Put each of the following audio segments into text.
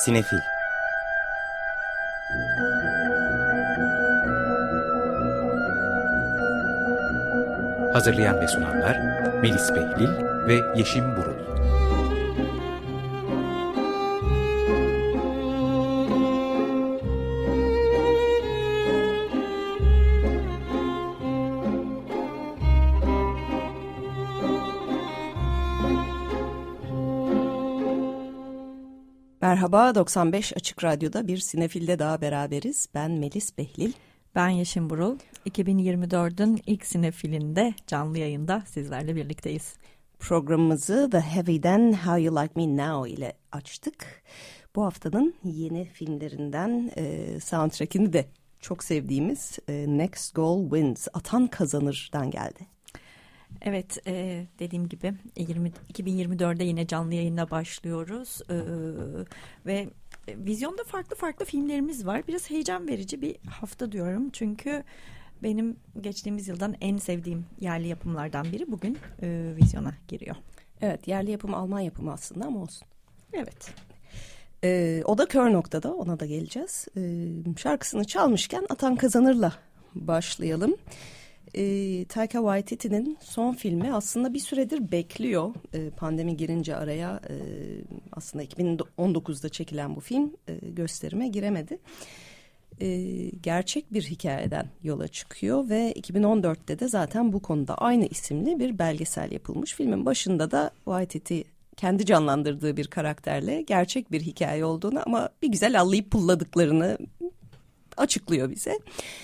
Sinefil. Hazırlayan ve sunanlar Melis Behlil ve Yeşim Burul. Merhaba, 95 Açık Radyo'da bir Sinefil'de daha beraberiz. Ben Melis Behlil. Ben Yeşim Burul. 2024'ün ilk Sinefil'inde canlı yayında sizlerle birlikteyiz. Programımızı The Heavy'den How You Like Me Now ile açtık. Bu haftanın yeni filmlerinden soundtrack'ini de çok sevdiğimiz Next Goal Wins, Atan Kazanır'dan geldi. Evet, dediğim gibi 2024'de yine canlı yayına başlıyoruz ve vizyonda farklı filmlerimiz var. Biraz heyecan verici bir hafta diyorum çünkü benim geçtiğimiz yıldan en sevdiğim yerli yapımlardan biri bugün vizyona giriyor. Evet, yerli yapım Alman yapımı aslında ama olsun. Evet. O da kör noktada, ona da geleceğiz. Şarkısını çalmışken Atan Kazanır'la başlayalım. Taika Waititi'nin son filmi aslında bir süredir bekliyor. Pandemi girince araya aslında 2019'da çekilen bu film gösterime giremedi. Gerçek bir hikayeden yola çıkıyor ve 2014'te de zaten bu konuda aynı isimli bir belgesel yapılmış. Filmin başında da Waititi kendi canlandırdığı bir karakterle gerçek bir hikaye olduğunu ama bir güzel allayıp pulladıklarını açıklıyor bize.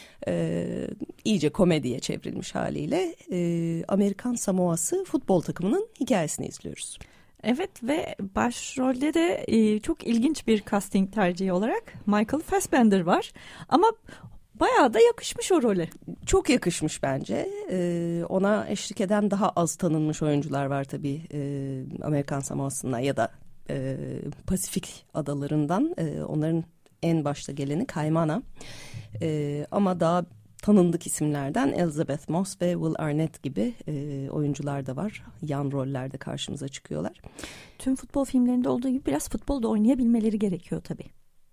İyice komediye çevrilmiş haliyle Amerikan Samoası futbol takımının hikayesini izliyoruz. Evet ve başrolde de çok ilginç bir casting tercihi olarak Michael Fassbender var ama bayağı da yakışmış o role. Çok yakışmış bence. Ona eşlik eden daha az tanınmış oyuncular var tabii Amerikan Samoası'ndan ya da Pasifik adalarından. Onların en başta geleni Kaymana. Ama daha tanındık isimlerden Elizabeth Moss ve Will Arnett gibi oyuncular da var. Yan rollerde karşımıza çıkıyorlar. Tüm futbol filmlerinde olduğu gibi biraz futbol da oynayabilmeleri gerekiyor tabii.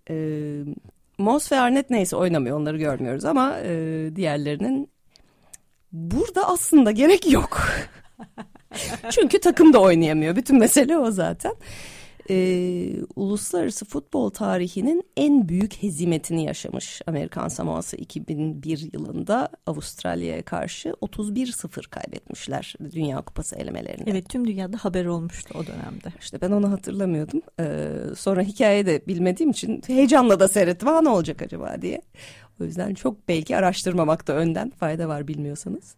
Moss ve Arnett neyse oynamıyor, onları görmüyoruz ama diğerlerinin burada aslında gerek yok. Çünkü takım da oynayamıyor. Bütün mesele o zaten. Uluslararası futbol tarihinin en büyük hezimetini yaşamış Amerikan Samoası 2001 yılında Avustralya'ya karşı 31-0 kaybetmişler Dünya Kupası elemelerinde. Evet, tüm dünyada haber olmuştu o dönemde. İşte ben onu hatırlamıyordum. Sonra hikayeyi de bilmediğim için heyecanla da seyrettim. Ne olacak acaba diye. O yüzden çok belki araştırmamakta önden fayda var bilmiyorsanız.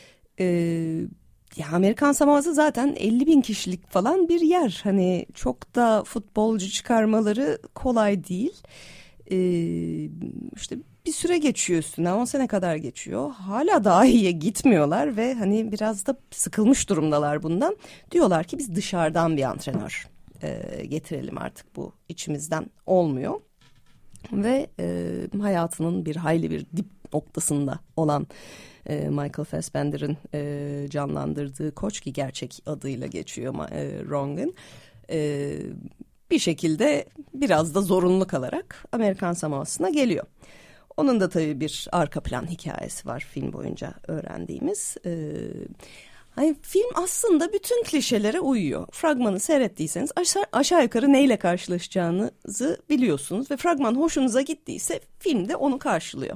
Ya Amerikan Samoası zaten 50.000 kişilik falan bir yer. Hani çok da futbolcu çıkarmaları kolay değil. İşte bir süre geçiyor üstüne, 10 sene kadar geçiyor. Hala daha iyiye gitmiyorlar ve hani biraz da sıkılmış durumdalar bundan. Diyorlar ki biz dışarıdan bir antrenör getirelim, artık bu içimizden olmuyor. Ve hayatının bir hayli bir dip noktasında olan Michael Fassbender'ın canlandırdığı koç, ki gerçek adıyla geçiyor Rongen, bir şekilde biraz da zorunlu kalarak Amerikan Samoası'na geliyor. Onun da tabii bir arka plan hikayesi var film boyunca öğrendiğimiz. Hani film aslında bütün klişelere uyuyor. Fragmanı seyrettiyseniz aşağı yukarı neyle karşılaşacağınızı biliyorsunuz ve fragman hoşunuza gittiyse film de onu karşılıyor.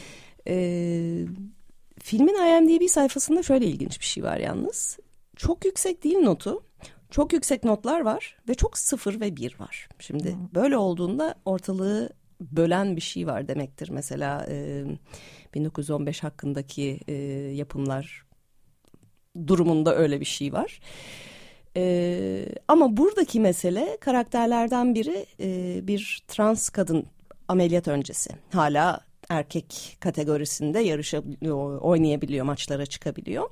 Filmin IMDb sayfasında şöyle ilginç bir şey var yalnız. Çok yüksek değil notu. Çok yüksek notlar var ve çok 0 ve 1 var. Şimdi böyle olduğunda ortalığı bölen bir şey var demektir. Mesela 1915 hakkındaki yapımlar durumunda öyle bir şey var. Ama buradaki mesele, karakterlerden biri bir trans kadın, ameliyat öncesi. Hala erkek kategorisinde yarışabiliyor, oynayabiliyor, maçlara çıkabiliyor.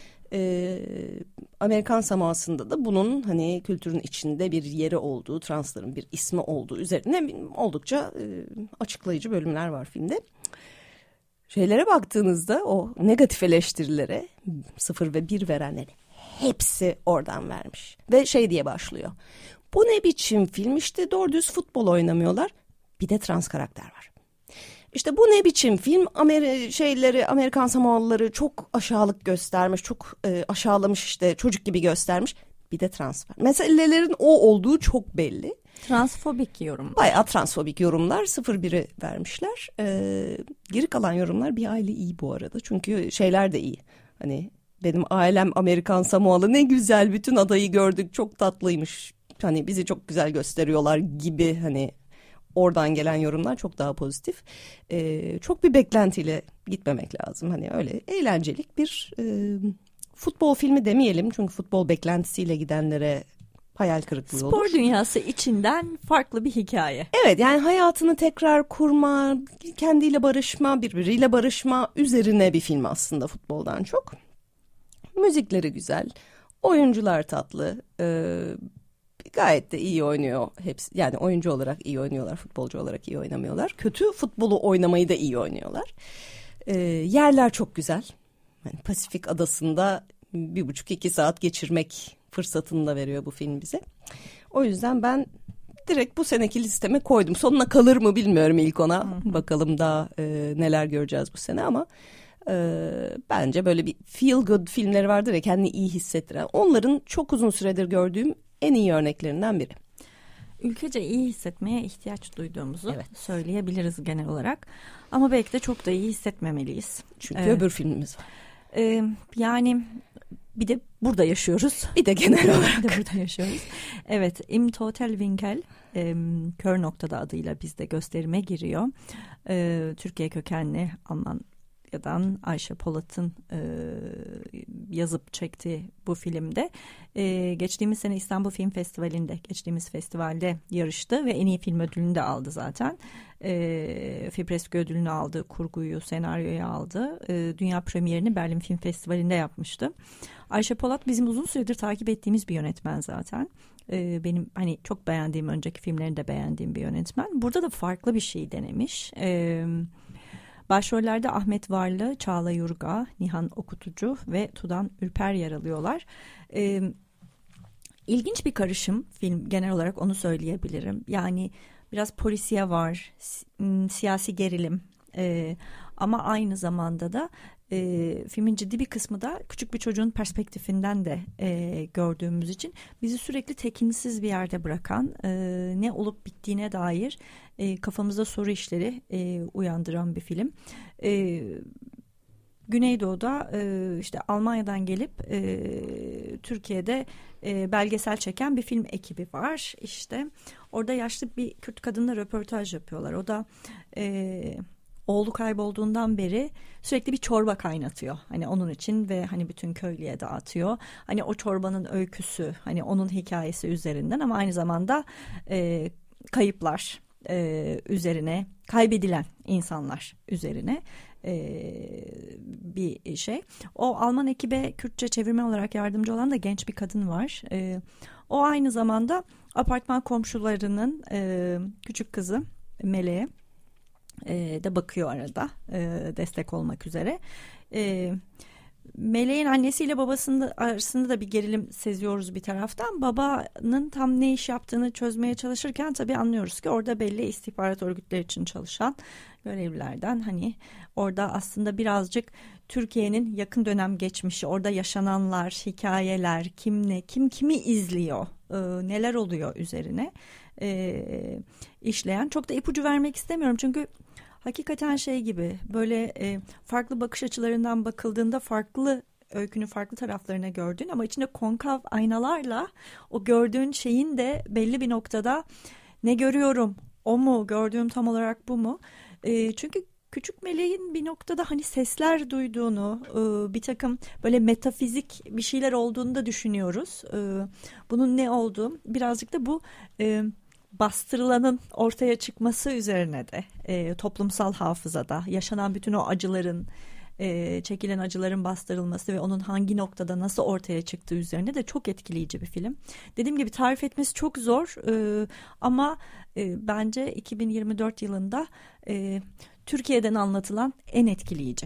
Amerikan Samoası'nda da bunun hani kültürün içinde bir yeri olduğu, transların bir ismi olduğu üzerine oldukça açıklayıcı bölümler var filmde. Şeylere baktığınızda o negatif eleştirilere 0 ve 1 verenleri hepsi oradan vermiş. Ve şey diye başlıyor. Bu ne biçim film, işte doğru düz futbol oynamıyorlar. Bir de trans karakter var. İşte bu ne biçim film, Amerikan Samoalıları çok aşağılık göstermiş, çok aşağılamış, işte çocuk gibi göstermiş. Bir de trans var. Meselelerin o olduğu çok belli. Transfobik yorumlar. Bayağı transfobik yorumlar, 0-1'i vermişler. Geri kalan yorumlar bir aile iyi bu arada. Çünkü şeyler de iyi. Hani benim ailem Amerikan Samoalı, ne güzel bütün adayı gördük, çok tatlıymış. Hani bizi çok güzel gösteriyorlar gibi, hani oradan gelen yorumlar çok daha pozitif. Çok bir beklentiyle gitmemek lazım. Hani öyle eğlencelik bir futbol filmi demeyelim. Çünkü futbol beklentisiyle gidenlere hayal kırıklığı olur. Spor dünyası içinden farklı bir hikaye. Evet, yani hayatını tekrar kurma, kendiyle barışma, birbiriyle barışma üzerine bir film aslında futboldan çok. Müzikleri güzel, oyuncular tatlı, gayet de iyi oynuyor hepsi. Yani oyuncu olarak iyi oynuyorlar, futbolcu olarak iyi oynamıyorlar. Kötü futbolu oynamayı da iyi oynuyorlar. Yerler çok güzel. Yani Pasifik adasında 1,5-2 saat geçirmek fırsatını da veriyor bu film bize. O yüzden ben direkt bu seneki listeme koydum. Sonuna kalır mı bilmiyorum ilk ona. Bakalım daha neler göreceğiz bu sene ama bence böyle bir feel good filmleri vardır ya, kendini iyi hissettiren. Onların çok uzun süredir gördüğüm en iyi örneklerinden biri. Ülkece iyi hissetmeye ihtiyaç duyduğumuzu söyleyebiliriz genel olarak. Ama belki de çok da iyi hissetmemeliyiz. Çünkü öbür filmimiz var. Yani bir de burada yaşıyoruz. Bir de genel olarak. Bir de burada yaşıyoruz. Evet, Im Total Winkel Kör Noktada adıyla bizde gösterime giriyor. Türkiye kökenli Almanya'dan Ayşe Polat'ın yazıp çektiği bu filmde geçtiğimiz sene İstanbul Film Festivali'nde, geçtiğimiz festivalde yarıştı ve en iyi film ödülünü de aldı zaten. Fipreski ödülünü aldı, kurguyu, senaryoyu aldı. Dünya premierini Berlin Film Festivali'nde yapmıştı. Ayşe Polat bizim uzun süredir takip ettiğimiz bir yönetmen zaten. Benim hani çok beğendiğim, önceki filmlerini de beğendiğim bir yönetmen. Burada da farklı bir şey denemiş. Başrollerde Ahmet Varlı, Çağla Yurga, Nihan Okutucu ve Tudan Ürper yer alıyorlar. İlginç bir karışım film, genel olarak onu söyleyebilirim. Yani biraz polisiye var, siyasi gerilim ama aynı zamanda da filmin ciddi bir kısmı da küçük bir çocuğun perspektifinden de gördüğümüz için bizi sürekli tekinsiz bir yerde bırakan, ne olup bittiğine dair kafamızda soru işleri uyandıran bir film. Güneydoğu'da işte Almanya'dan gelip Türkiye'de belgesel çeken bir film ekibi var. İşte orada yaşlı bir Kürt kadınla röportaj yapıyorlar. O da oğlu kaybolduğundan beri sürekli bir çorba kaynatıyor. Hani onun için ve hani bütün köylüye dağıtıyor. Hani o çorbanın öyküsü, hani onun hikayesi üzerinden ama aynı zamanda kayıplar üzerine, kaybedilen insanlar üzerine bir şey. O Alman ekibe Kürtçe çevirmen olarak yardımcı olan da genç bir kadın var. O aynı zamanda apartman komşularının küçük kızı Meleğe de bakıyor arada, destek olmak üzere. Meleğin annesiyle babasının arasında da bir gerilim seziyoruz bir taraftan. Babanın tam ne iş yaptığını çözmeye çalışırken tabii anlıyoruz ki orada belli istihbarat örgütleri için çalışan görevlilerden, hani orada aslında birazcık Türkiye'nin yakın dönem geçmişi, orada yaşananlar, hikayeler, kim kimi izliyor, neler oluyor üzerine işleyen. Çok da ipucu vermek istemiyorum çünkü hakikaten şey gibi, böyle farklı bakış açılarından bakıldığında farklı öykünün farklı taraflarını gördüğün ama içinde konkav aynalarla o gördüğün şeyin de belli bir noktada ne görüyorum, o mu gördüğüm, tam olarak bu mu? Çünkü küçük meleğin bir noktada hani sesler duyduğunu, bir takım böyle metafizik bir şeyler olduğunu da düşünüyoruz. Bunun ne olduğu birazcık da bu bastırılanın ortaya çıkması üzerine de toplumsal hafızada yaşanan bütün o acıların, çekilen acıların bastırılması ve onun hangi noktada nasıl ortaya çıktığı üzerine de çok etkileyici bir film. Dediğim gibi tarif etmesi çok zor ama bence 2024 yılında Türkiye'den anlatılan en etkileyici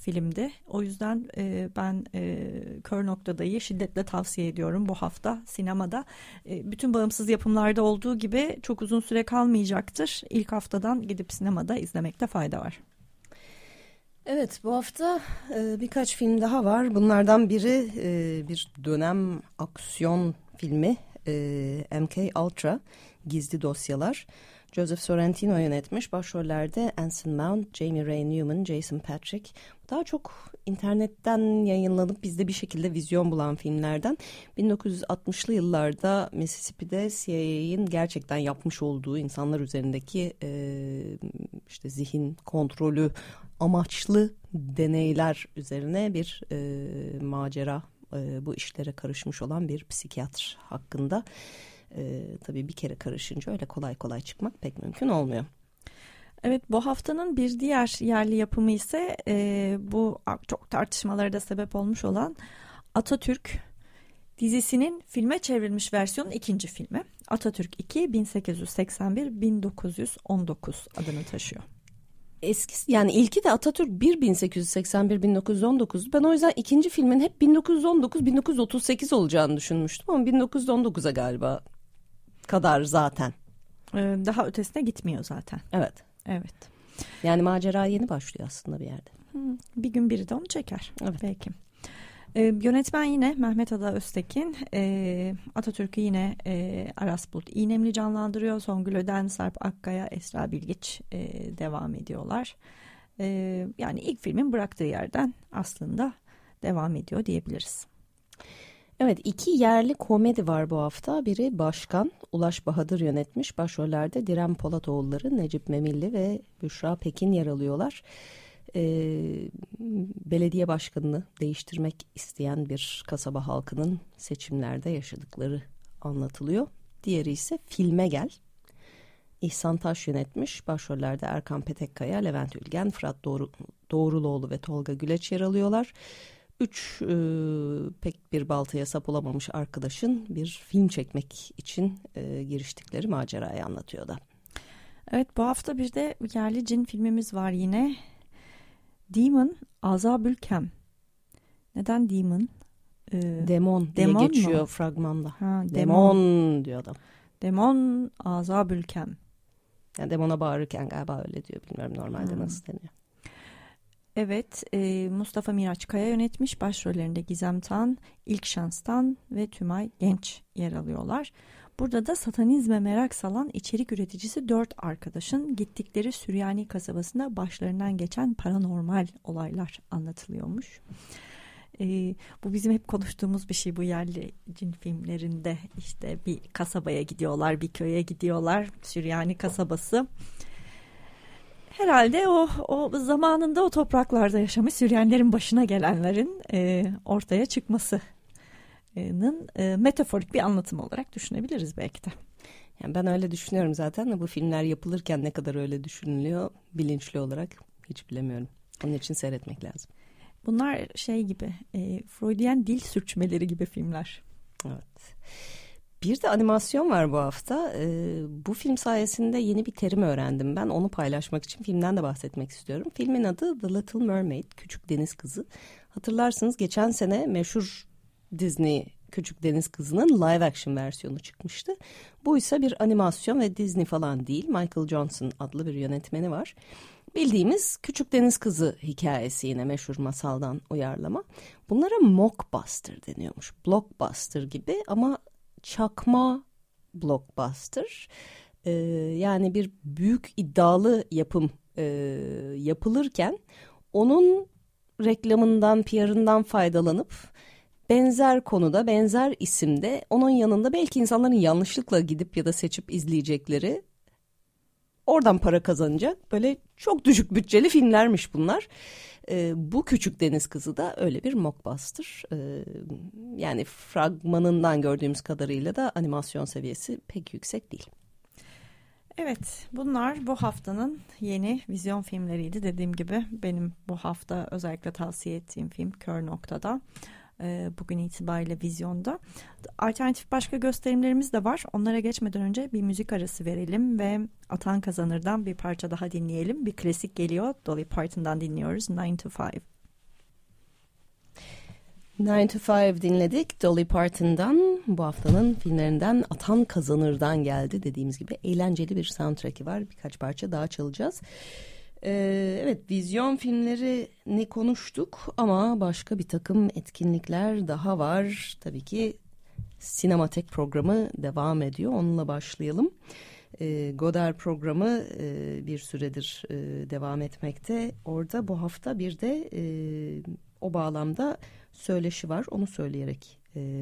filmdi. O yüzden ben Kör Noktada'yı şiddetle tavsiye ediyorum bu hafta sinemada. Bütün bağımsız yapımlarda olduğu gibi çok uzun süre kalmayacaktır. İlk haftadan gidip sinemada izlemekte fayda var. Evet, bu hafta birkaç film daha var. Bunlardan biri bir dönem aksiyon filmi, MK Ultra, Gizli Dosyalar. Joseph Sorrentino yönetmiş. Başrollerde Anson Mount, Jamie Ray Newman, Jason Patric. Daha çok internetten yayınlanıp bizde bir şekilde vizyon bulan filmlerden. 1960'lı yıllarda Mississippi'de CIA'nin gerçekten yapmış olduğu insanlar üzerindeki işte zihin kontrolü amaçlı deneyler üzerine bir macera, bu işlere karışmış olan bir psikiyatr hakkında. Tabii bir kere karışınca öyle kolay kolay çıkmak pek mümkün olmuyor. Evet, bu haftanın bir diğer yerli yapımı ise bu çok tartışmalara da sebep olmuş olan Atatürk dizisinin filme çevrilmiş versiyonun ikinci filmi. Atatürk 2 1881-1919 adını taşıyor. Eski, yani ilki de Atatürk 1 1881-1919. Ben o yüzden ikinci filmin hep 1919-1938 olacağını düşünmüştüm ama 1919'a galiba kadar zaten. Daha ötesine gitmiyor zaten. Evet. Evet. Yani macera yeni başlıyor aslında bir yerde. Bir gün biri de onu çeker. Evet. Belki. Yönetmen yine Mehmet Ada Öztekin. Atatürk'ü yine Aras Bulut İynemli canlandırıyor. Songül Öden, Sarp Akkaya, Esra Bilgiç devam ediyorlar. Yani ilk filmin bıraktığı yerden aslında devam ediyor diyebiliriz. Evet, 2 yerli komedi var bu hafta. Biri Başkan, Ulaş Bahadır yönetmiş. Başrollerde Diren Polatoğulları, Necip Memilli ve Büşra Pekin yer alıyorlar. Belediye başkanını değiştirmek isteyen bir kasaba halkının seçimlerde yaşadıkları anlatılıyor. Diğeri ise Filme Gel. İhsan Taş yönetmiş. Başrollerde Erkan Petekkaya, Levent Ülgen, Fırat Doğruluoğlu ve Tolga Güleç yer alıyorlar. 3 pek bir baltaya sap olamamış arkadaşın bir film çekmek için giriştikleri macerayı anlatıyor da. Evet, bu hafta bir de yerli cin filmimiz var yine. Demon, Azabülkem. Neden Demon? Demon diye geçiyor mu? Fragmanda. Ha, demon diyor adam. Demon, Azabülkem. Yani demona bağırırken galiba öyle diyor. Bilmiyorum normalde nasıl deniyor. Evet, Mustafa Miraç Kaya yönetmiş. Başrollerinde Gizem Tan, İlk Şans'tan ve Tümay Genç yer alıyorlar. Burada da satanizme merak salan içerik üreticisi 4 arkadaşın gittikleri Süryani kasabasında başlarından geçen paranormal olaylar anlatılıyormuş. Bu bizim hep konuştuğumuz bir şey, bu yerli cin filmlerinde. İşte bir kasabaya gidiyorlar, bir köye gidiyorlar, Süryani kasabası. Herhalde o zamanında o topraklarda yaşamış Süryanilerin başına gelenlerin ortaya çıkmasının metaforik bir anlatım olarak düşünebiliriz belki de. Yani ben öyle düşünüyorum zaten de bu filmler yapılırken ne kadar öyle düşünülüyor bilinçli olarak hiç bilemiyorum. Onun için seyretmek lazım. Bunlar şey gibi, Freudian dil sürçmeleri gibi filmler. Evet. Bir de animasyon var bu hafta. Bu film sayesinde yeni bir terim öğrendim ben. Onu paylaşmak için filmden de bahsetmek istiyorum. Filmin adı The Little Mermaid, Küçük Deniz Kızı. Hatırlarsınız geçen sene meşhur Disney Küçük Deniz Kızı'nın live action versiyonu çıkmıştı. Bu ise bir animasyon ve Disney falan değil. Michael Johnson adlı bir yönetmeni var. Bildiğimiz Küçük Deniz Kızı hikayesi, yine meşhur masaldan uyarlama. Bunlara mockbuster deniyormuş. Blockbuster gibi ama çakma blockbuster. Yani bir büyük iddialı yapım yapılırken onun reklamından, PR'ından faydalanıp benzer konuda, benzer isimde, onun yanında belki insanların yanlışlıkla gidip ya da seçip izleyecekleri, oradan para kazanacak böyle çok düşük bütçeli filmlermiş bunlar. Bu Küçük Deniz Kızı da öyle bir mockbuster. Yani fragmanından gördüğümüz kadarıyla da animasyon seviyesi pek yüksek değil. Evet, bunlar bu haftanın yeni vizyon filmleriydi. Dediğim gibi benim bu hafta özellikle tavsiye ettiğim film Kör Nokta'da. Bugün itibariyle vizyonda. Alternatif başka gösterimlerimiz de var. Onlara geçmeden önce bir müzik arası verelim ve Atan Kazanır'dan bir parça daha dinleyelim. Bir klasik geliyor. Dolly Parton'dan dinliyoruz. 9 to 5. 9 to 5 dinledik Dolly Parton'dan. Bu haftanın filmlerinden Atan Kazanır'dan geldi. Dediğimiz gibi eğlenceli bir soundtrack'i var. Birkaç parça daha çalacağız. Evet, vizyon filmlerini konuştuk ama başka bir takım etkinlikler daha var. Tabii ki Sinematek programı devam ediyor. Onunla başlayalım. Godard programı bir süredir devam etmekte. Orada bu hafta bir de o bağlamda söyleşi var. Onu söyleyerek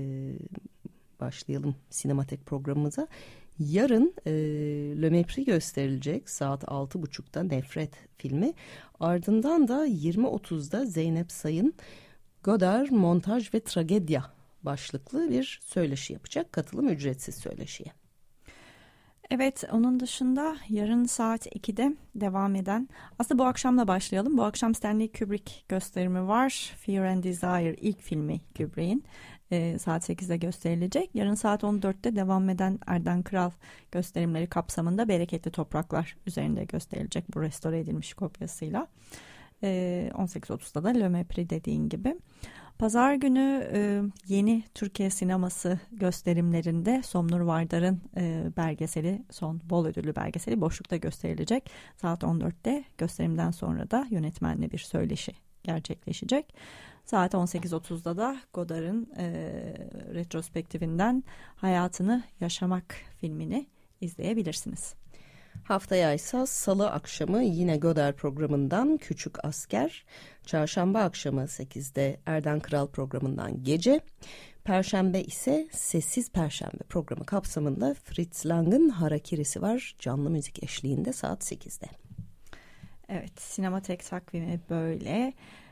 başlayalım Sinematek programımıza. Yarın Le Mépris gösterilecek saat 6.30'da Nefret filmi. Ardından da 20.30'da Zeynep Sayın Godard Montaj ve Tragedya başlıklı bir söyleşi yapacak. Katılım ücretsiz söyleşiye. Evet, onun dışında yarın saat 2'de devam eden, aslında bu akşamla başlayalım. Bu akşam Stanley Kubrick gösterimi var. Fear and Desire ilk filmi Kubrick'in saat 8'de gösterilecek. Yarın saat 14'te devam eden Erden Kral gösterimleri kapsamında Bereketli Topraklar üzerinde gösterilecek bu restore edilmiş kopyasıyla. 18.30'da da Le Mépris dediğin gibi. Pazar günü yeni Türkiye sineması gösterimlerinde Somnur Vardar'ın belgeseli, son bol ödüllü belgeseli Boşluk'ta gösterilecek. Saat 14'te gösterimden sonra da yönetmenle bir söyleşi gerçekleşecek. Saat 18.30'da da Godard'ın retrospektifinden Hayatını Yaşamak filmini izleyebilirsiniz. Haftaya ise Salı akşamı yine Godard programından Küçük Asker, Çarşamba akşamı 8'de Erden Kral programından Gece, Perşembe ise Sessiz Perşembe programı kapsamında Fritz Lang'ın Harakiri'si var canlı müzik eşliğinde saat 8'de. Evet, Sinematek takvimi böyle.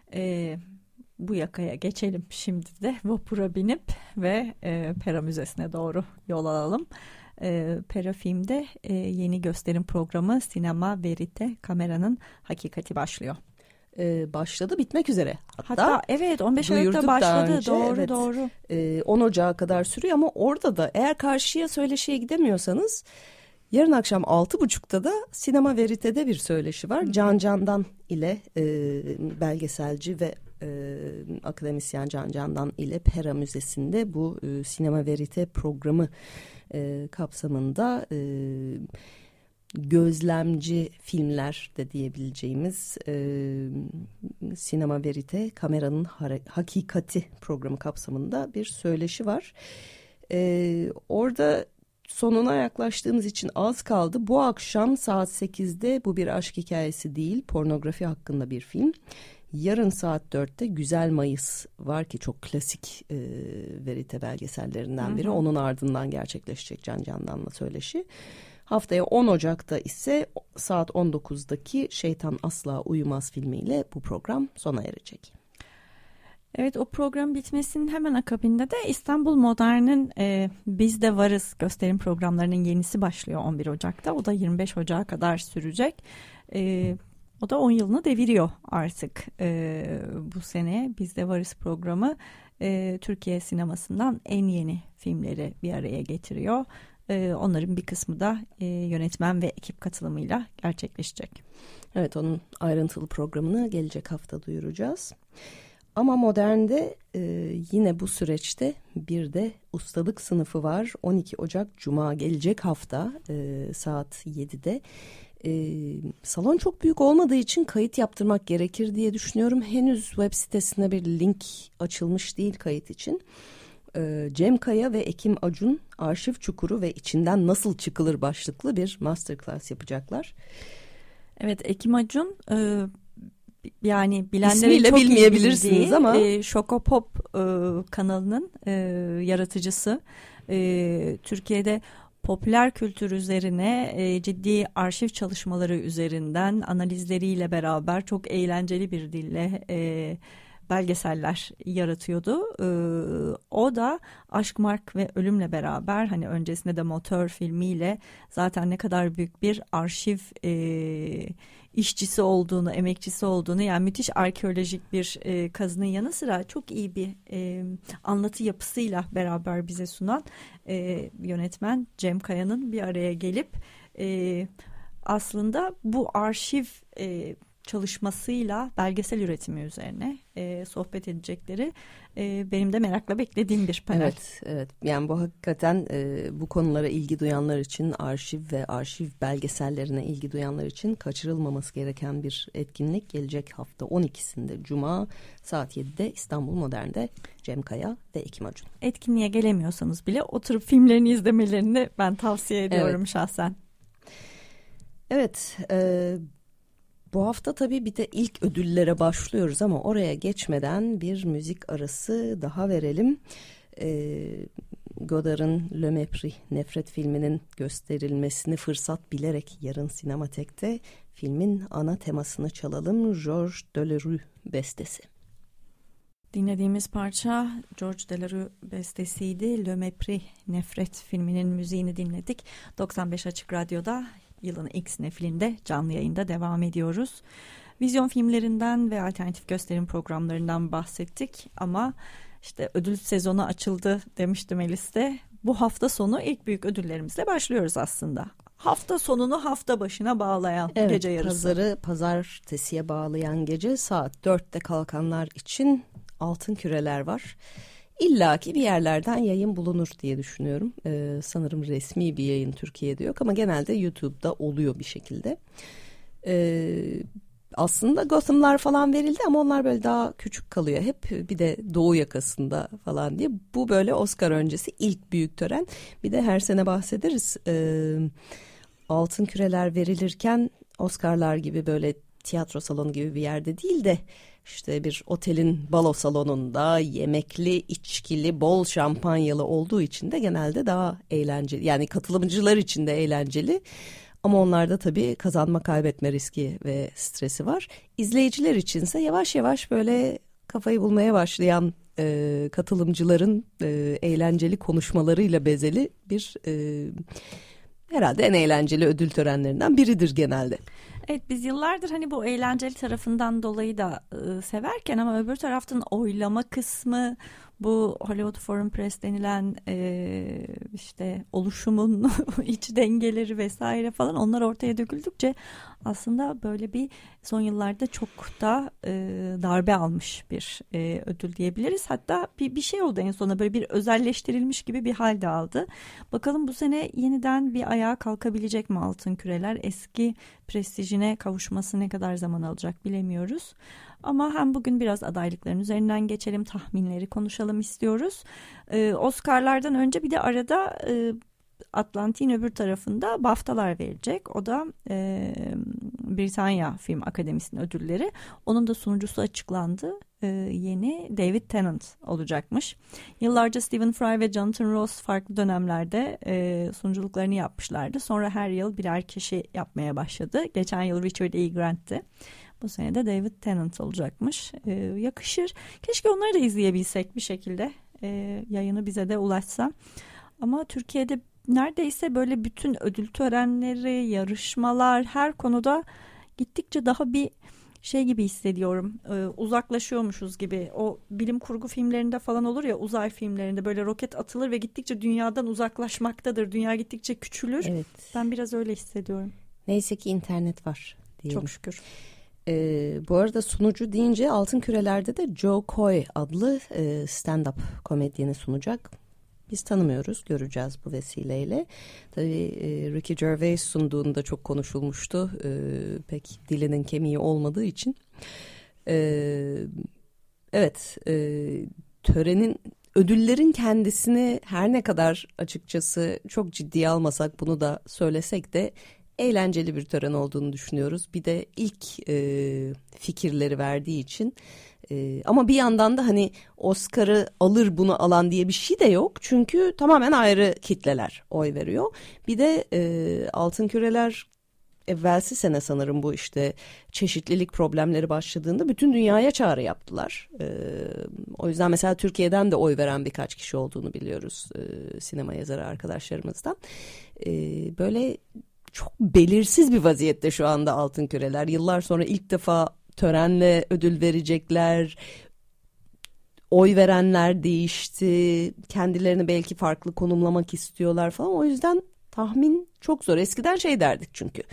Bu yakaya geçelim şimdi de vapura binip ve Pera Müzesi'ne doğru yol alalım. Pera Film'de yeni gösterim programı Sinema Verite Kamera'nın Hakikati başlıyor. Başladı, bitmek üzere. Hatta evet 15 Aralık'ta başladı. Önce, doğru evet, doğru. 10 Ocağı kadar sürüyor ama orada da eğer karşıya söyleşiye gidemiyorsanız yarın akşam 6.30'da da Sinema Verite'de bir söyleşi var. Can Candan ile belgeselci ve akademisyen Can Candan ile Pera Müzesi'nde bu Sinema Verite programı kapsamında gözlemci filmler de diyebileceğimiz Sinema Verite Kameranın Hakikati programı kapsamında bir söyleşi var. Orada sonuna yaklaştığımız için az kaldı. Bu akşam saat 8'de Bu Bir Aşk Hikayesi Değil, pornografi hakkında bir film. Yarın saat 4'te Güzel Mayıs var ki çok klasik verite belgesellerinden biri. Onun ardından gerçekleşecek Can Candan'la söyleşi. Haftaya 10 Ocak'ta ise saat 19'daki Şeytan Asla Uyumaz filmiyle bu program sona erecek. Evet, o program bitmesinin hemen akabinde de İstanbul Modern'in Biz de Varız gösterim programlarının yenisi başlıyor 11 Ocak'ta. O da 25 Ocak'a kadar sürecek. O da 10 yılını deviriyor artık bu sene. Biz de Varız programı Türkiye sinemasından en yeni filmleri bir araya getiriyor. Onların bir kısmı da yönetmen ve ekip katılımıyla gerçekleşecek. Evet, onun ayrıntılı programını gelecek hafta duyuracağız. Ama Modern'de yine bu süreçte bir de ustalık sınıfı var. 12 Ocak Cuma gelecek hafta saat 7'de. Salon çok büyük olmadığı için kayıt yaptırmak gerekir diye düşünüyorum. Henüz web sitesine bir link açılmış değil kayıt için. Cem Kaya ve Ekim Acun Arşiv Çukuru ve içinden Nasıl Çıkılır başlıklı bir masterclass yapacaklar. Evet, Ekim Acun yani bilenlerin İsmiyle çok bilmeyebilirsiniz bildiği, ama Şokopop kanalının yaratıcısı. Türkiye'de popüler kültür üzerine ciddi arşiv çalışmaları üzerinden analizleriyle beraber çok eğlenceli bir dille belgeseller yaratıyordu. O da Aşk, Mark ve Ölüm'le beraber hani öncesinde de Motor filmiyle zaten ne kadar büyük bir arşiv işçisi olduğunu, emekçisi olduğunu, yani müthiş arkeolojik bir kazının yanı sıra çok iyi bir anlatı yapısıyla beraber bize sunan yönetmen Cem Kaya'nın bir araya gelip aslında bu arşiv çalışmasıyla belgesel üretimi üzerine sohbet edecekleri benim de merakla beklediğim bir panel. Evet. Yani bu hakikaten bu konulara ilgi duyanlar için, arşiv ve arşiv belgesellerine ilgi duyanlar için kaçırılmaması gereken bir etkinlik. Gelecek hafta 12'sinde Cuma saat 7'de İstanbul Modern'de Cem Kaya ve Ekim Acun. Etkinliğe gelemiyorsanız bile oturup filmlerini izlemelerini ben tavsiye ediyorum şahsen. Evet, bu hafta tabii bir de ilk ödüllere başlıyoruz ama oraya geçmeden bir müzik arası daha verelim. Godard'ın Le Mépris, Nefret filminin gösterilmesini fırsat bilerek yarın Sinematek'te filmin ana temasını çalalım. Georges Delerue bestesi. Dinlediğimiz parça Georges Delerue bestesiydi. Le Mépris, Nefret filminin müziğini dinledik. 95 Açık Radyo'da yılın ilk sinefilinde canlı yayında devam ediyoruz. Vizyon filmlerinden ve alternatif gösterim programlarından bahsettik ama işte ödül sezonu açıldı demiştim Melis'te. Bu hafta sonu ilk büyük ödüllerimizle başlıyoruz aslında. Hafta sonunu hafta başına bağlayan gece yarısı. Pazarı pazartesiye bağlayan gece saat 4'te kalkanlar için Altın Küreler var. İlla ki bir yerlerden yayın bulunur diye düşünüyorum. Sanırım resmi bir yayın Türkiye'de yok ama genelde YouTube'da oluyor bir şekilde. Aslında Gotham'lar falan verildi ama onlar böyle daha küçük kalıyor. Hep bir de Doğu yakasında falan diye. Bu böyle Oscar öncesi ilk büyük tören. Bir de her sene bahsederiz. Altın Küreler verilirken Oscar'lar gibi böyle tiyatro salonu gibi bir yerde değil de işte bir otelin balo salonunda yemekli, içkili, bol şampanyalı olduğu için de genelde daha eğlenceli. Yani katılımcılar için de eğlenceli. Ama onlarda tabii kazanma kaybetme riski ve stresi var. İzleyiciler içinse yavaş yavaş böyle kafayı bulmaya başlayan katılımcıların eğlenceli konuşmalarıyla bezeli bir herhalde en eğlenceli ödül törenlerinden biridir genelde. Evet, biz yıllardır hani bu eğlenceli tarafından dolayı da severken ama öbür taraftan oylama kısmı, bu Hollywood Foreign Press denilen işte oluşumun iç dengeleri vesaire falan, onlar ortaya döküldükçe aslında böyle bir son yıllarda çok da darbe almış bir ödül diyebiliriz. Hatta bir şey oldu en sonunda, böyle bir özelleştirilmiş gibi bir hal de aldı. Bakalım bu sene yeniden bir ayağa kalkabilecek mi Altın Küreler? Eski prestijine kavuşması ne kadar zaman alacak bilemiyoruz. Ama hem bugün biraz adaylıkların üzerinden geçelim, tahminleri konuşalım istiyoruz. Oscar'lardan önce bir de arada Atlantik'in öbür tarafında BAFTA'lar verilecek. O da Britanya Film Akademisi'nin ödülleri. Onun da sunucusu açıklandı. Yeni David Tennant olacakmış. Yıllarca Stephen Fry ve Jonathan Ross farklı dönemlerde sunuculuklarını yapmışlardı. Sonra her yıl birer kişi yapmaya başladı. Geçen yıl Richard E. Grant'ti. Bu sene de David Tennant olacakmış. Yakışır. Keşke onları da izleyebilsek bir şekilde. Yayını bize de ulaşsa. Ama Türkiye'de neredeyse böyle bütün ödül törenleri, yarışmalar, her konuda gittikçe daha bir şey gibi hissediyorum. Uzaklaşıyormuşuz gibi. O bilim kurgu filmlerinde falan olur ya, uzay filmlerinde böyle roket atılır ve gittikçe dünyadan uzaklaşmaktadır. Dünya gittikçe küçülür. Evet. Ben biraz öyle hissediyorum. Neyse ki internet var diyelim. Çok şükür. Bu arada sunucu deyince Altın Küreler'de de Joe Coy adlı stand-up komedyeni sunacak. Biz tanımıyoruz, göreceğiz bu vesileyle. Tabii Ricky Gervais sunduğunda çok konuşulmuştu. Pek dilinin kemiği olmadığı için. Evet, törenin, ödüllerin kendisini her ne kadar açıkçası çok ciddiye almasak, bunu da söylesek de eğlenceli bir tören olduğunu düşünüyoruz. Bir de ilk fikirleri verdiği için. Ama bir yandan da hani Oscar'ı alır bunu alan diye bir şey de yok. Çünkü tamamen ayrı kitleler oy veriyor. Bir de Altın Küreler evvelsi sene sanırım bu işte çeşitlilik problemleri başladığında bütün dünyaya çağrı yaptılar. O yüzden mesela Türkiye'den de oy veren birkaç kişi olduğunu biliyoruz sinema yazarı arkadaşlarımızdan. Böyle çok belirsiz bir vaziyette şu anda Altın Küreler. Yıllar sonra ilk defa törenle ödül verecekler. Oy verenler değişti. Kendilerini belki farklı konumlamak istiyorlar falan. O yüzden tahmin çok zor. Eskiden şey derdik çünkü.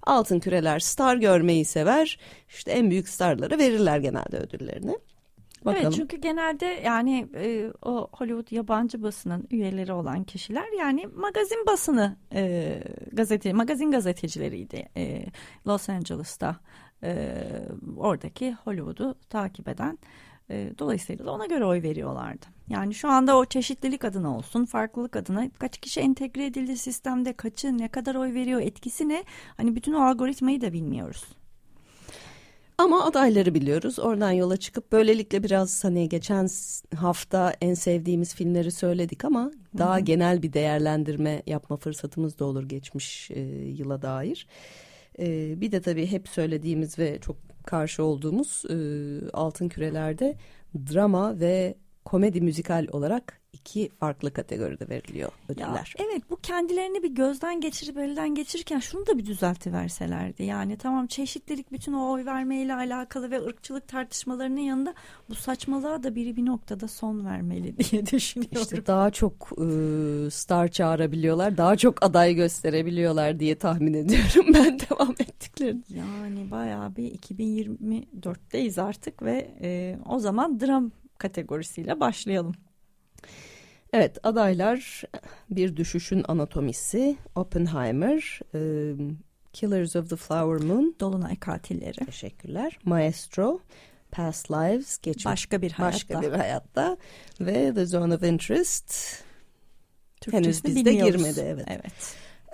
Altın Küreler star görmeyi sever. İşte en büyük starlara verirler genelde ödüllerini. Bakalım. Evet, çünkü genelde yani o Hollywood yabancı basının üyeleri olan kişiler yani magazin basını magazin gazetecileriydi Los Angeles'ta oradaki Hollywood'u takip eden. Dolayısıyla da ona göre oy veriyorlardı. Yani şu anda o çeşitlilik adına olsun, farklılık adına kaç kişi entegre edildi sistemde, kaçı ne kadar oy veriyor, etkisi ne? Hani bütün o algoritmayı da bilmiyoruz. Ama adayları biliyoruz. Oradan yola çıkıp böylelikle biraz hani geçen hafta en sevdiğimiz filmleri söyledik ama daha genel bir değerlendirme yapma fırsatımız da olur geçmiş yıla dair. Bir de tabii hep söylediğimiz ve çok karşı olduğumuz Altın Küreler'de drama ve komedi müzikal olarak 2 farklı kategoride veriliyor ödüller. Ya, evet, bu kendilerini bir gözden geçirip elden geçirirken şunu da bir düzeltiverselerdi. Yani tamam, çeşitlilik bütün o oy vermeyle alakalı ve ırkçılık tartışmalarının yanında bu saçmalığa da biri bir noktada son vermeli diye düşünüyorum. İşte daha çok star çağırabiliyorlar, daha çok aday gösterebiliyorlar diye tahmin ediyorum ben devam ettiklerini. Yani bayağı bir 2024'teyiz artık ve o zaman dram kategorisiyle başlayalım. Evet, adaylar Bir Düşüşün Anatomisi, Oppenheimer, Killers of the Flower Moon, Dolunay Katilleri. Teşekkürler. Maestro, Past Lives, Başka bir hayatta ve The Zone of Interest. Henüz bizde bilmiyoruz. girmedi. Evet.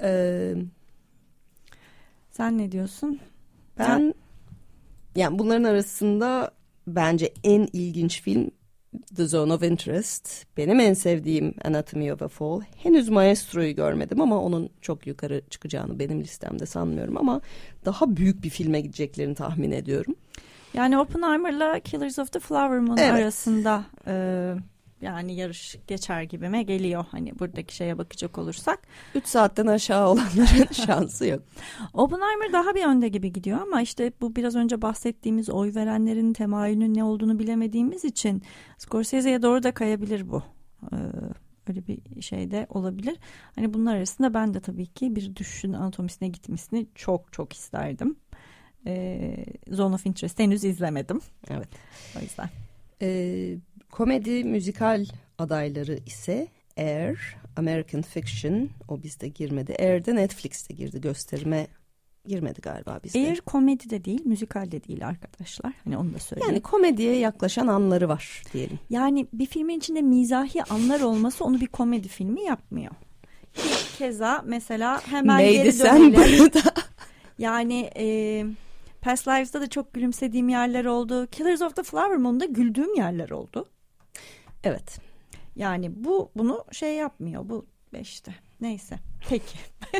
Sen ne diyorsun? Yani bunların arasında bence en ilginç film The Zone of Interest. Benim en sevdiğim Anatomy of a Fall. Henüz Maestro'yu görmedim ama onun çok yukarı çıkacağını benim listemde sanmıyorum ama daha büyük bir filme gideceklerini tahmin ediyorum. Yani Oppenheimer'la Killers of the Flower Moon arasında yani yarış geçer gibime geliyor. Hani buradaki şeye bakacak olursak. 3 saatten aşağı olanların şansı yok. Oppenheimer daha bir önde gibi gidiyor ama işte bu biraz önce bahsettiğimiz oy verenlerin temayülünün ne olduğunu bilemediğimiz için Scorsese'ye doğru da kayabilir bu. Öyle bir şey de olabilir. Hani bunlar arasında ben de tabii ki Bir Düşüşün Anatomisine gitmesini çok çok isterdim. Zone of Interest henüz izlemedim. Evet. O yüzden. Komedi müzikal adayları ise Air, American Fiction, o bizde girmedi. Air'de Netflix'te girdi, gösterime girmedi galiba bizde. Air komedi de değil, müzikal de değil arkadaşlar. Hani onu da söyleyeyim. Yani komediye yaklaşan anları var diyelim. Yani bir filmin içinde mizahi anlar olması onu bir komedi filmi yapmıyor. Keza mesela hemen geri dönelim. Yani Past Lives'da da çok gülümsediğim yerler oldu. Killers of the Flower Moon'da güldüğüm yerler oldu. Evet. Yani bunu şey yapmıyor. Bu işte. Neyse. Peki.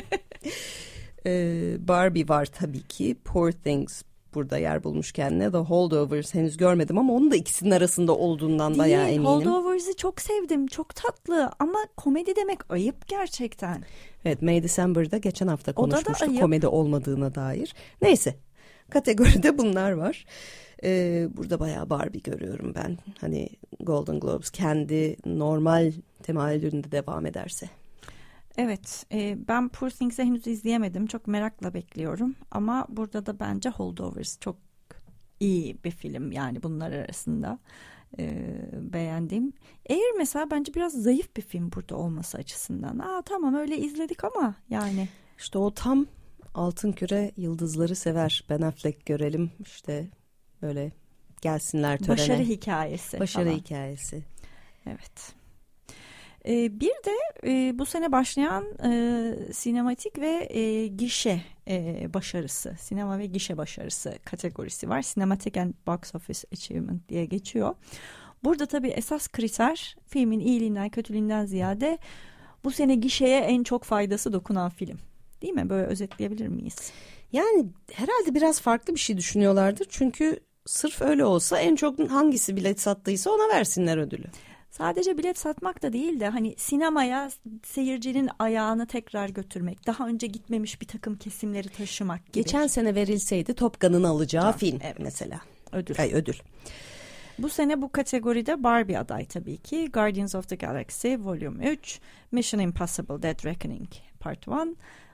Barbie var tabii ki. Poor Things burada yer bulmuş kendine. The Holdovers henüz görmedim ama onun da ikisinin arasında olduğundan bayağı eminim. Holdovers'ı çok sevdim. Çok tatlı ama komedi demek ayıp gerçekten. Evet, May December'da geçen hafta konuşmuştuk komedi olmadığına dair. Neyse. Kategoride bunlar var. Burada bayağı Barbie görüyorum ben. Hani Golden Globes kendi normal temayülünde devam ederse. Evet, ben Poor Things'i henüz izleyemedim. Çok merakla bekliyorum. Ama burada da bence Holdovers çok iyi bir film. Yani bunlar arasında beğendiğim. Air mesela bence biraz zayıf bir film burada olması açısından. Tamam öyle izledik ama yani. İşte o tam Altın Küre yıldızları sever. Ben Affleck görelim işte böyle gelsinler törene. Başarı hikayesi. Başarı hikayesi. Evet. Bir de bu sene başlayan sinematik ve gişe başarısı, sinema ve gişe başarısı kategorisi var. Cinematic and Box Office Achievement diye geçiyor. Burada tabii esas kriter filmin iyiliğinden kötülüğünden ziyade bu sene gişeye en çok faydası dokunan film. Değil mi? Böyle özetleyebilir miyiz? Yani herhalde biraz farklı bir şey düşünüyorlardır. Çünkü sırf öyle olsa en çok hangisi bilet sattıysa ona versinler ödülü. Sadece bilet satmak da değil de hani sinemaya seyircinin ayağını tekrar götürmek, daha önce gitmemiş bir takım kesimleri taşımak gibi. Geçen sene verilseydi Top Gun'ın alacağı film mesela. Ödül. Bu sene bu kategoride Barbie aday tabii ki. Guardians of the Galaxy Volume 3, Mission Impossible Dead Reckoning Part 1,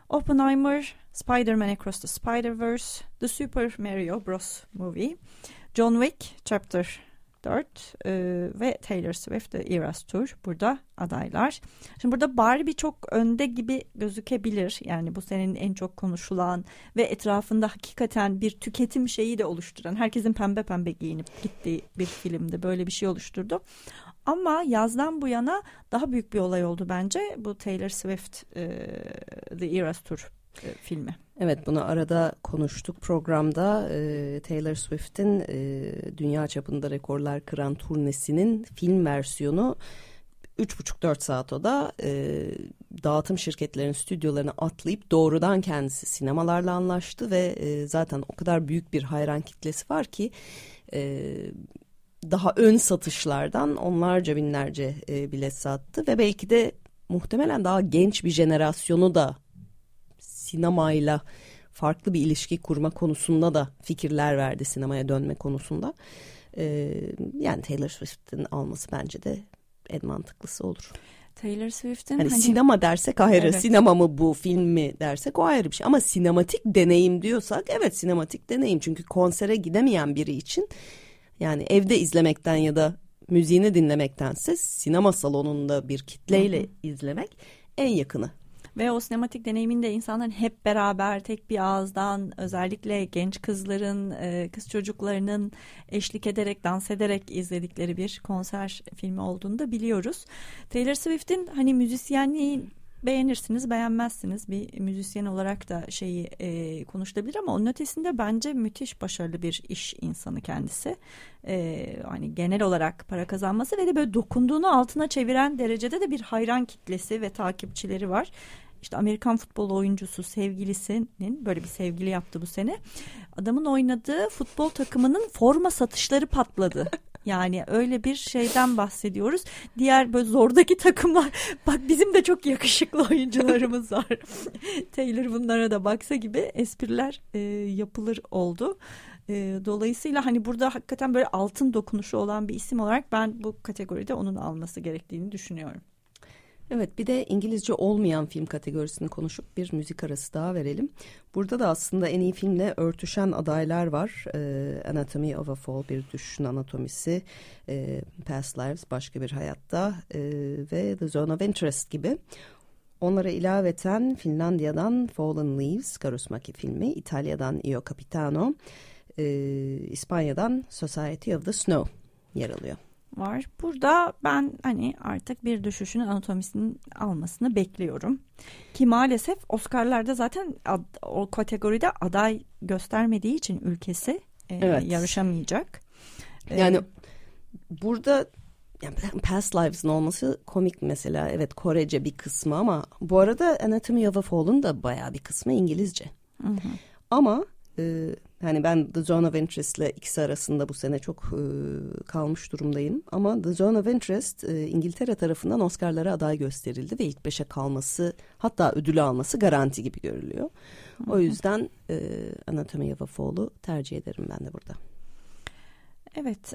Oppenheimer, Spider-Man Across the Spider-Verse, The Super Mario Bros. Movie, John Wick Chapter 4 ve Taylor Swift The Eras Tour burada adaylar. Şimdi burada Barbie çok önde gibi gözükebilir. Yani bu senenin en çok konuşulan ve etrafında hakikaten bir tüketim şeyi de oluşturan, herkesin pembe pembe giyinip gittiği bir filmdi. Böyle bir şey oluşturdu. Ama yazdan bu yana daha büyük bir olay oldu bence bu Taylor Swift The Eras Tour filmi. Evet, bunu arada konuştuk programda. Taylor Swift'in dünya çapında rekorlar kıran turnesinin film versiyonu 3,5-4 saat o da dağıtım şirketlerinin stüdyolarına atlayıp doğrudan kendisi sinemalarla anlaştı ve zaten o kadar büyük bir hayran kitlesi var ki daha ön satışlardan onlarca binlerce bilet sattı ve belki de muhtemelen daha genç bir jenerasyonu da sinemayla farklı bir ilişki kurma konusunda da fikirler verdi, sinemaya dönme konusunda. Yani Taylor Swift'in alması bence de en mantıklısı olur. Taylor Swift'in hani sinema dersek ayrı, evet. Sinema mı bu, film mi dersek o ayrı bir şey. Ama sinematik deneyim diyorsak evet, sinematik deneyim. Çünkü konsere gidemeyen biri için yani evde izlemekten ya da müziğini dinlemektense sinema salonunda bir kitleyle izlemek en yakını. Ve o sinematik deneyiminde insanların hep beraber tek bir ağızdan, özellikle genç kızların, kız çocuklarının eşlik ederek, dans ederek izledikleri bir konser filmi olduğunu da biliyoruz. Taylor Swift'in hani müzisyenliği beğenirsiniz, beğenmezsiniz. Bir müzisyen olarak da şeyi konuşulabilir ama onun ötesinde bence müthiş başarılı bir iş insanı kendisi. Hani genel olarak para kazanması ve de böyle dokunduğunu altına çeviren derecede de bir hayran kitlesi ve takipçileri var. İşte Amerikan futbol oyuncusu sevgilisinin böyle bir sevgili yaptı bu sene. Adamın oynadığı futbol takımının forma satışları patladı. Yani öyle bir şeyden bahsediyoruz. Diğer böyle zordaki takımlar, bak bizim de çok yakışıklı oyuncularımız var. Taylor bunlara da baksa gibi espriler yapılır oldu. Dolayısıyla hani burada hakikaten böyle altın dokunuşu olan bir isim olarak ben bu kategoride onun alması gerektiğini düşünüyorum. Evet, bir de İngilizce olmayan film kategorisini konuşup bir müzik arası daha verelim. Burada da aslında en iyi filmle örtüşen adaylar var. Anatomy of a Fall, bir düşüşün anatomisi, Past Lives, başka bir hayatta ve The Zone of Interest gibi. Onlara ilaveten Finlandiya'dan Fallen Leaves, Karusmaki filmi, İtalya'dan Io Capitano, İspanya'dan Society of the Snow yer alıyor. Var. Burada ben hani artık bir düşüşün anatomisinin almasını bekliyorum. Ki maalesef Oscar'larda zaten o kategoride aday göstermediği için ülkesi evet. Yarışamayacak. Yani burada yani Past Lives'ın olması komik mesela. Evet, Korece bir kısmı ama bu arada Anatomy of a Fall'un da bayağı bir kısmı İngilizce. Hı hı. Ama hani ben The Zone of Interest ile ikisi arasında bu sene çok kalmış durumdayım. Ama The Zone of Interest İngiltere tarafından Oscar'lara aday gösterildi ve ilk 5'e kalması, hatta ödülü alması garanti gibi görülüyor. Hı-hı. O yüzden Anatomy of a Fall'u tercih ederim ben de burada. Evet,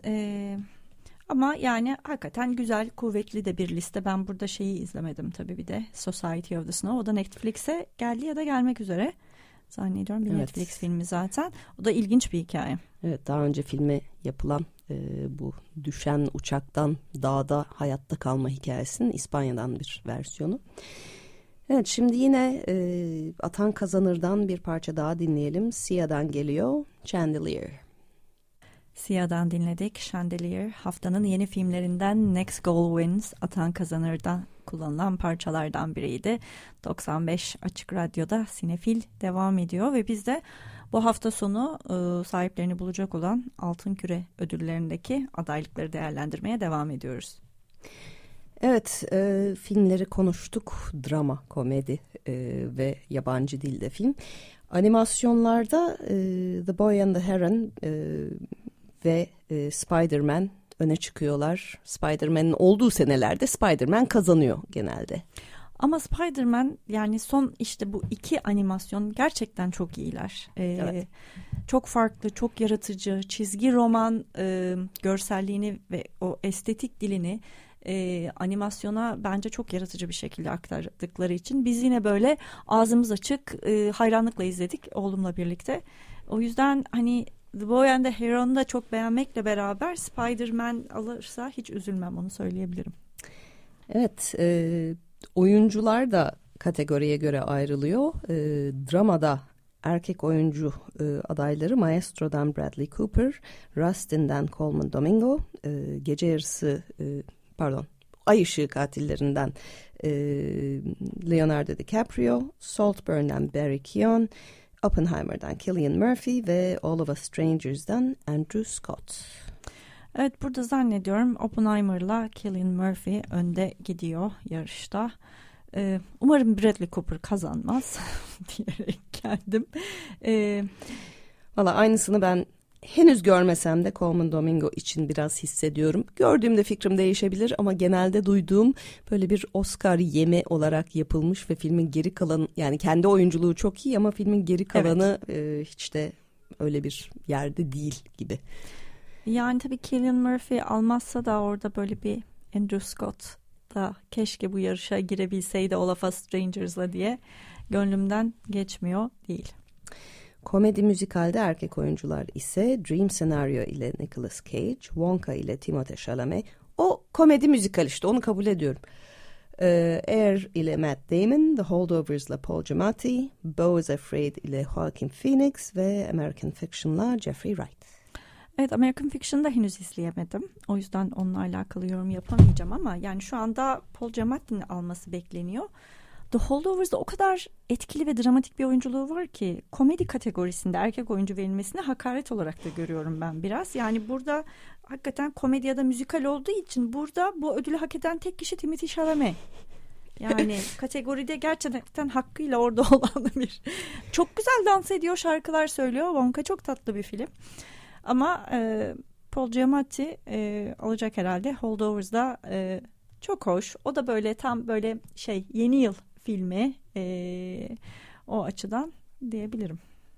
ama yani hakikaten güzel, kuvvetli de bir liste. Ben burada şeyi izlemedim tabii, bir de Society of the Snow. O da Netflix'e geldi ya da gelmek üzere. Zannediyorum bir evet. Netflix filmi zaten. O da ilginç bir hikaye. Evet, daha önce filmi yapılan bu düşen uçaktan dağda hayatta kalma hikayesinin İspanya'dan bir versiyonu. Evet, şimdi yine Atan Kazanır'dan bir parça daha dinleyelim. Sia'dan geliyor Chandelier. Sia'dan dinledik Chandelier. Haftanın yeni filmlerinden Next Goal Wins, Atan Kazanır'dan kullanılan parçalardan biriydi. 95 Açık Radyo'da Sinefil devam ediyor ve biz de bu hafta sonu sahiplerini bulacak olan Altın Küre ödüllerindeki adaylıkları değerlendirmeye devam ediyoruz. Evet, filmleri konuştuk. Drama, komedi ve yabancı dilde film. Animasyonlarda The Boy and the Heron ve Spider-Man öne çıkıyorlar. Spider-Man'in olduğu senelerde Spider-Man kazanıyor genelde. Ama Spider-Man, yani son işte bu iki animasyon gerçekten çok iyiler. Evet. Çok farklı, çok yaratıcı, çizgi roman görselliğini ve o estetik dilini animasyona bence çok yaratıcı bir şekilde aktardıkları için biz yine böyle ağzımız açık hayranlıkla izledik oğlumla birlikte. O yüzden hani The Boy and the Heron'u da çok beğenmekle beraber Spider-Man alırsa hiç üzülmem, onu söyleyebilirim. Evet, oyuncular da kategoriye göre ayrılıyor. Dramada erkek oyuncu adayları Maestro'dan Bradley Cooper, Rustin'den Colman Domingo, Gece Yarısı Ay Işığı Katillerinden Leonardo DiCaprio, Saltburn'dan Barry Keoghan, Oppenheimer'dan Cillian Murphy ve All of Us Strangers'dan Andrew Scott. Evet, burada zannediyorum Oppenheimer'la Cillian Murphy önde gidiyor yarışta. Umarım Bradley Cooper kazanmaz diyerek geldim. Valla aynısını ben henüz görmesem de Colman Domingo için biraz hissediyorum. Gördüğümde fikrim değişebilir ama genelde duyduğum böyle bir Oscar yeme olarak yapılmış ve filmin geri kalanı, yani kendi oyunculuğu çok iyi ama filmin geri kalanı hiç de öyle bir yerde değil gibi. Yani tabii Cillian Murphy almazsa da orada böyle bir Andrew Scott da keşke bu yarışa girebilseydi All of Us Strangers'la diye gönlümden geçmiyor değil. Komedi müzikalde erkek oyuncular ise Dream Scenario ile Nicolas Cage, Wonka ile Timothée Chalamet. O komedi müzikal işte, onu kabul ediyorum. Air ile Matt Damon, The Holdovers ile Paul Giamatti, Beau is Afraid ile Joaquin Phoenix ve American Fiction'la Jeffrey Wright. Evet, American Fiction'da henüz izleyemedim. O yüzden onunla alakalı yorum yapamayacağım ama yani şu anda Paul Giamatti'nin alması bekleniyor. The Holdovers'da o kadar etkili ve dramatik bir oyunculuğu var ki komedi kategorisinde erkek oyuncu verilmesini hakaret olarak da görüyorum ben biraz. Yani burada hakikaten komedi ya da müzikal olduğu için burada bu ödülü hak eden tek kişi Timothée Chalamet. Yani kategoride gerçekten hakkıyla orada olan bir. Çok güzel dans ediyor, şarkılar söylüyor. Wonka çok tatlı bir film. Ama Paul Giamatti alacak herhalde. Holdovers'da çok hoş. O da böyle tam böyle yeni yıl filmi o açıdan diyebilirim.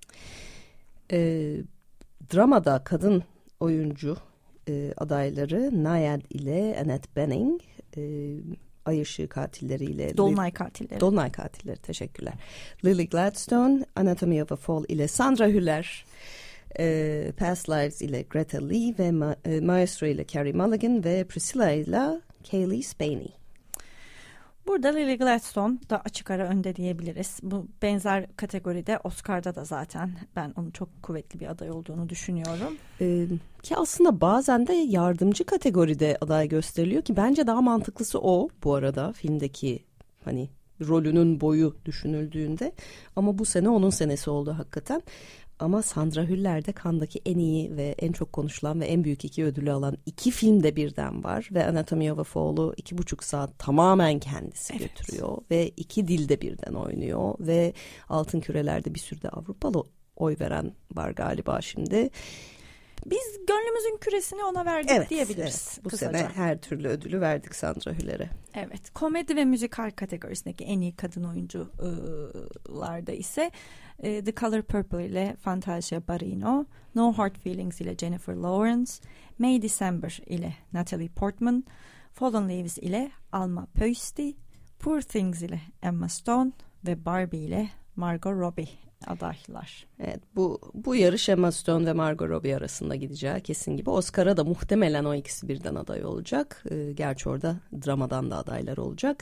Dramada kadın oyuncu adayları Nayad ile Annette Bening, Ay Işığı Katilleri ile Dolunay Katilleri, teşekkürler. Lily Gladstone, Anatomy of a Fall ile Sandra Hüller, Past Lives ile Greta Lee ve Maestro ile Carey Mulligan ve Priscilla ile Kaylee Spaney. Burada Lily Gladstone da açık ara önde diyebiliriz. Bu benzer kategoride Oscar'da da zaten ben onun çok kuvvetli bir aday olduğunu düşünüyorum. Ki aslında bazen de yardımcı kategoride aday gösteriliyor ki bence daha mantıklısı o bu arada filmdeki hani rolünün boyu düşünüldüğünde. Ama bu sene onun senesi oldu hakikaten. Ama Sandra Hüller de Cannes'daki en iyi ve en çok konuşulan ve en büyük 2 ödülü alan 2 filmde birden var. Ve Anatomy of a Fall'u 2,5 saat tamamen kendisi götürüyor. Ve 2 dilde birden oynuyor. Ve Altın Küreler'de bir sürü de Avrupalı oy veren var galiba şimdi. Biz gönlümüzün küresini ona verdik diyebiliriz. Evet, bu sene her türlü ödülü verdik Sandra Hüller'e. Evet, komedi ve müzikal kategorisindeki en iyi kadın oyuncularda ise The Color Purple ile Fantasia Barrino, No Hard Feelings ile Jennifer Lawrence, May December ile Natalie Portman, Fallen Leaves ile Alma Pöysti, Poor Things ile Emma Stone ve Barbie ile Margot Robbie adaylar. Evet, bu yarış Emma Stone ve Margot Robbie arasında gideceği kesin gibi. Oscar'a da muhtemelen o ikisi birden aday olacak. Gerçi orada dramadan da adaylar olacak.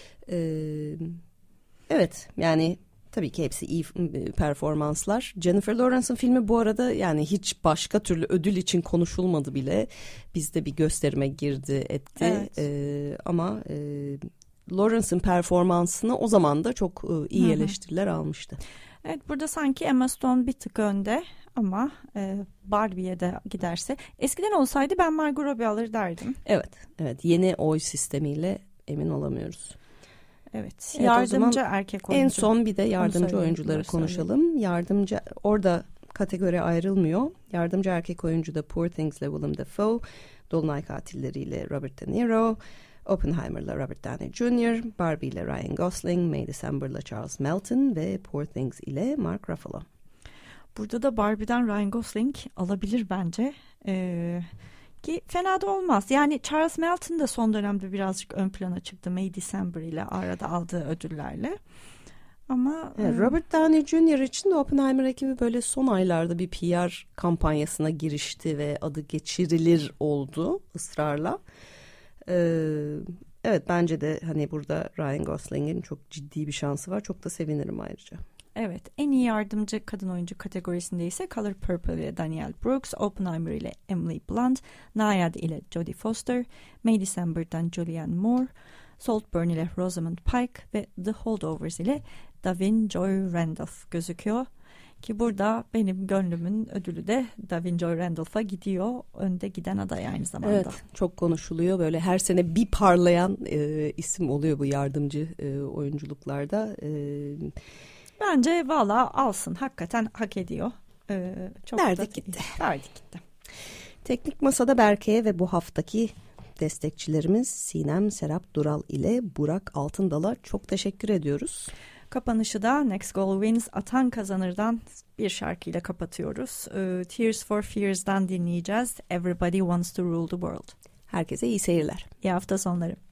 Evet, yani tabii ki hepsi iyi performanslar. Jennifer Lawrence'ın filmi bu arada yani hiç başka türlü ödül için konuşulmadı bile. Bizde bir gösterime girdi etti. Evet. Ama Lawrence'ın performansını o zaman da çok iyi eleştiriler almıştı. Evet, burada sanki Emma Stone bir tık önde ama Barbie'ye de giderse. Eskiden olsaydı ben Margot Robbie alır derdim. Evet, yeni oy sistemiyle emin olamıyoruz. Evet, yardımcı erkek oyuncu. En son bir de yardımcı oyuncuları konuşalım. Yardımcı, orada kategori ayrılmıyor. Yardımcı erkek oyuncu da Poor Things ile Willem Dafoe, Dolunay Katilleri ile Robert De Niro, Oppenheimer'la Robert Downey Jr., Barbie ile Ryan Gosling, May December'la Charles Melton ve Poor Things ile Mark Ruffalo. Burada da Barbie'den Ryan Gosling alabilir bence. Ki fena da olmaz. Yani Charles Melton da son dönemde birazcık ön plana çıktı. May December ile arada aldığı ödüllerle. Ama Robert Downey Jr. için de Oppenheimer ekibi böyle son aylarda bir PR kampanyasına girişti ve adı geçirilir oldu ısrarla. Evet, bence de hani burada Ryan Gosling'in çok ciddi bir şansı var. Çok da sevinirim ayrıca. Evet, en iyi yardımcı kadın oyuncu kategorisinde ise Color Purple ile Danielle Brooks, Oppenheimer ile Emily Blunt, Naiad ile Jodie Foster, May December'dan Julianne Moore, Saltburn ile Rosamund Pike ve The Holdovers ile Da'Vine Joy Randolph gözüküyor. Ki burada benim gönlümün ödülü de Da'Vine Joy Randolph'a gidiyor. Önde giden aday aynı zamanda. Evet, çok konuşuluyor. Böyle her sene bir parlayan isim oluyor bu yardımcı oyunculuklarda. Bence valla alsın. Hakikaten hak ediyor. Çok verdik gitti. Verdik gitti. Teknik Masa'da Berke'ye ve bu haftaki destekçilerimiz Sinem Serap Dural ile Burak Altındal'a çok teşekkür ediyoruz. Kapanışı da Next Goal Wins Atan Kazanır'dan bir şarkıyla kapatıyoruz. Tears for Fears'dan dinleyeceğiz. Everybody Wants to Rule the World. Herkese iyi seyirler. İyi hafta sonları.